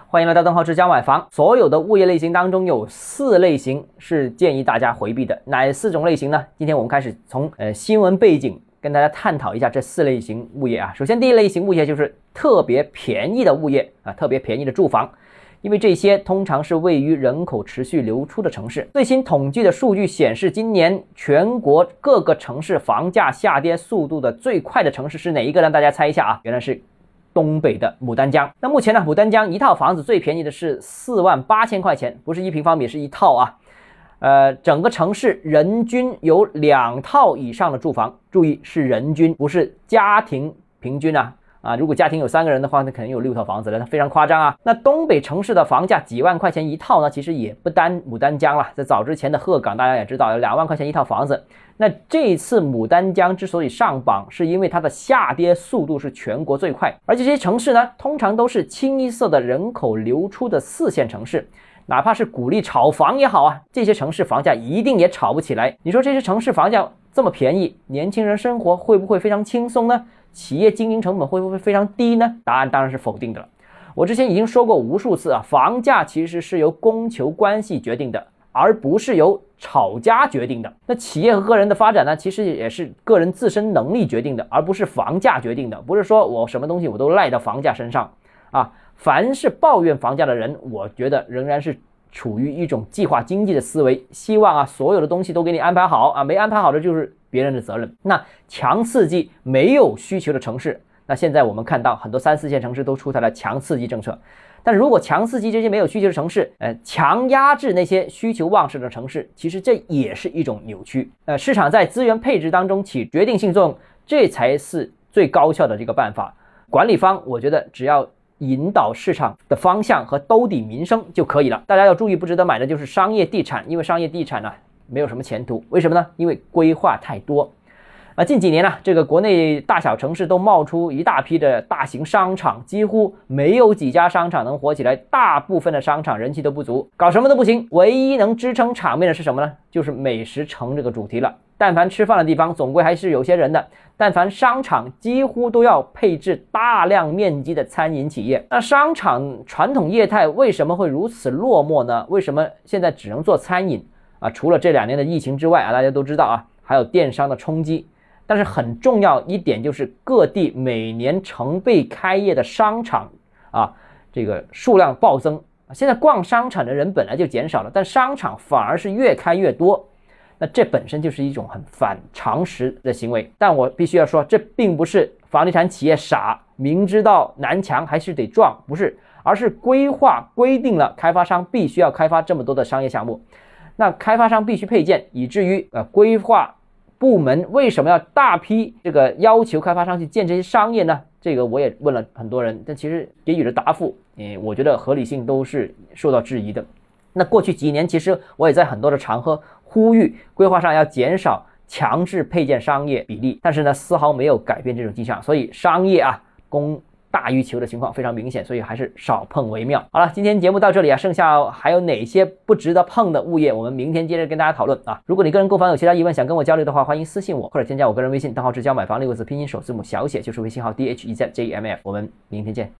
欢迎来到邓浩之家买房。所有的物业类型当中有4类型是建议大家回避的，哪4种类型呢？今天我们开始从新闻背景跟大家探讨一下这4类型物业啊。首先第一类型物业就是特别便宜的物业啊，特别便宜的住房。因为这些通常是位于人口持续流出的城市。最新统计的数据显示，今年全国各个城市房价下跌速度的最快的城市是哪一个？让大家猜一下啊，原来是东北的牡丹江。那目前呢，牡丹江一套房子最便宜的是48000块钱，不是1平方米，是一套啊。整个城市人均有2套以上的住房，注意是人均，不是家庭平均啊。如果家庭有3个人的话，那可能有6套房子了，那非常夸张啊。那东北城市的房价几万块钱一套呢，其实也不单牡丹江了，在早之前的鹤岗大家也知道有2万块钱一套房子。那这一次牡丹江之所以上榜，是因为它的下跌速度是全国最快，而这些城市呢，通常都是清一色的人口流出的4线城市。哪怕是鼓励炒房也好啊，这些城市房价一定也炒不起来。你说这些城市房价这么便宜，年轻人生活会不会非常轻松呢？企业经营成本会不会非常低呢？答案当然是否定的了。我之前已经说过无数次啊，房价其实是由供求关系决定的，而不是由炒家决定的。那企业和个人的发展呢，其实也是个人自身能力决定的，而不是房价决定的。不是说我什么东西我都赖到房价身上啊。凡是抱怨房价的人，我觉得仍然是处于一种计划经济的思维，希望啊所有的东西都给你安排好啊，没安排好的就是别人的责任。那强刺激没有需求的城市，那现在我们看到很多3、4线城市都出台了强刺激政策。但如果强刺激这些没有需求的城市，强压制那些需求旺盛的城市，其实这也是一种扭曲。市场在资源配置当中起决定性作用，这才是最高效的这个办法。管理方我觉得只要引导市场的方向和兜底民生就可以了。大家要注意，不值得买的就是商业地产，因为商业地产没有什么前途。为什么呢？因为规划太多。近几年这个国内大小城市都冒出一大批的大型商场，几乎没有几家商场能活起来，大部分的商场人气都不足，搞什么都不行。唯一能支撑场面的是什么呢？就是美食城这个主题了。但凡吃饭的地方总归还是有些人的，但凡商场几乎都要配置大量面积的餐饮企业。那商场传统业态为什么会如此落寞呢？为什么现在只能做餐饮啊？除了这2年的疫情之外大家都知道还有电商的冲击。但是很重要一点就是各地每年成倍开业的商场这个数量暴增。现在逛商场的人本来就减少了，但商场反而是越开越多。那这本身就是一种很反常识的行为。但我必须要说，这并不是房地产企业傻，明知道南墙还是得撞，不是，而是规划规定了开发商必须要开发这么多的商业项目，那开发商必须配建，以至于规划部门为什么要大批这个要求开发商去建这些商业呢？这个我也问了很多人，但其实给予的答复我觉得合理性都是受到质疑的。那过去几年其实我也在很多的场合呼吁规划上要减少强制配建商业比例，但是呢丝毫没有改变这种迹象。所以商业供大于求的情况非常明显，所以还是少碰为妙。好了，今天节目到这里剩下还有哪些不值得碰的物业，我们明天接着跟大家讨论如果你个人购房有其他疑问想跟我交流的话，欢迎私信我或者添加我个人微信，账号是教买房6个字拼音首字母小写，就是微信号 DHEZJMF。我们明天见。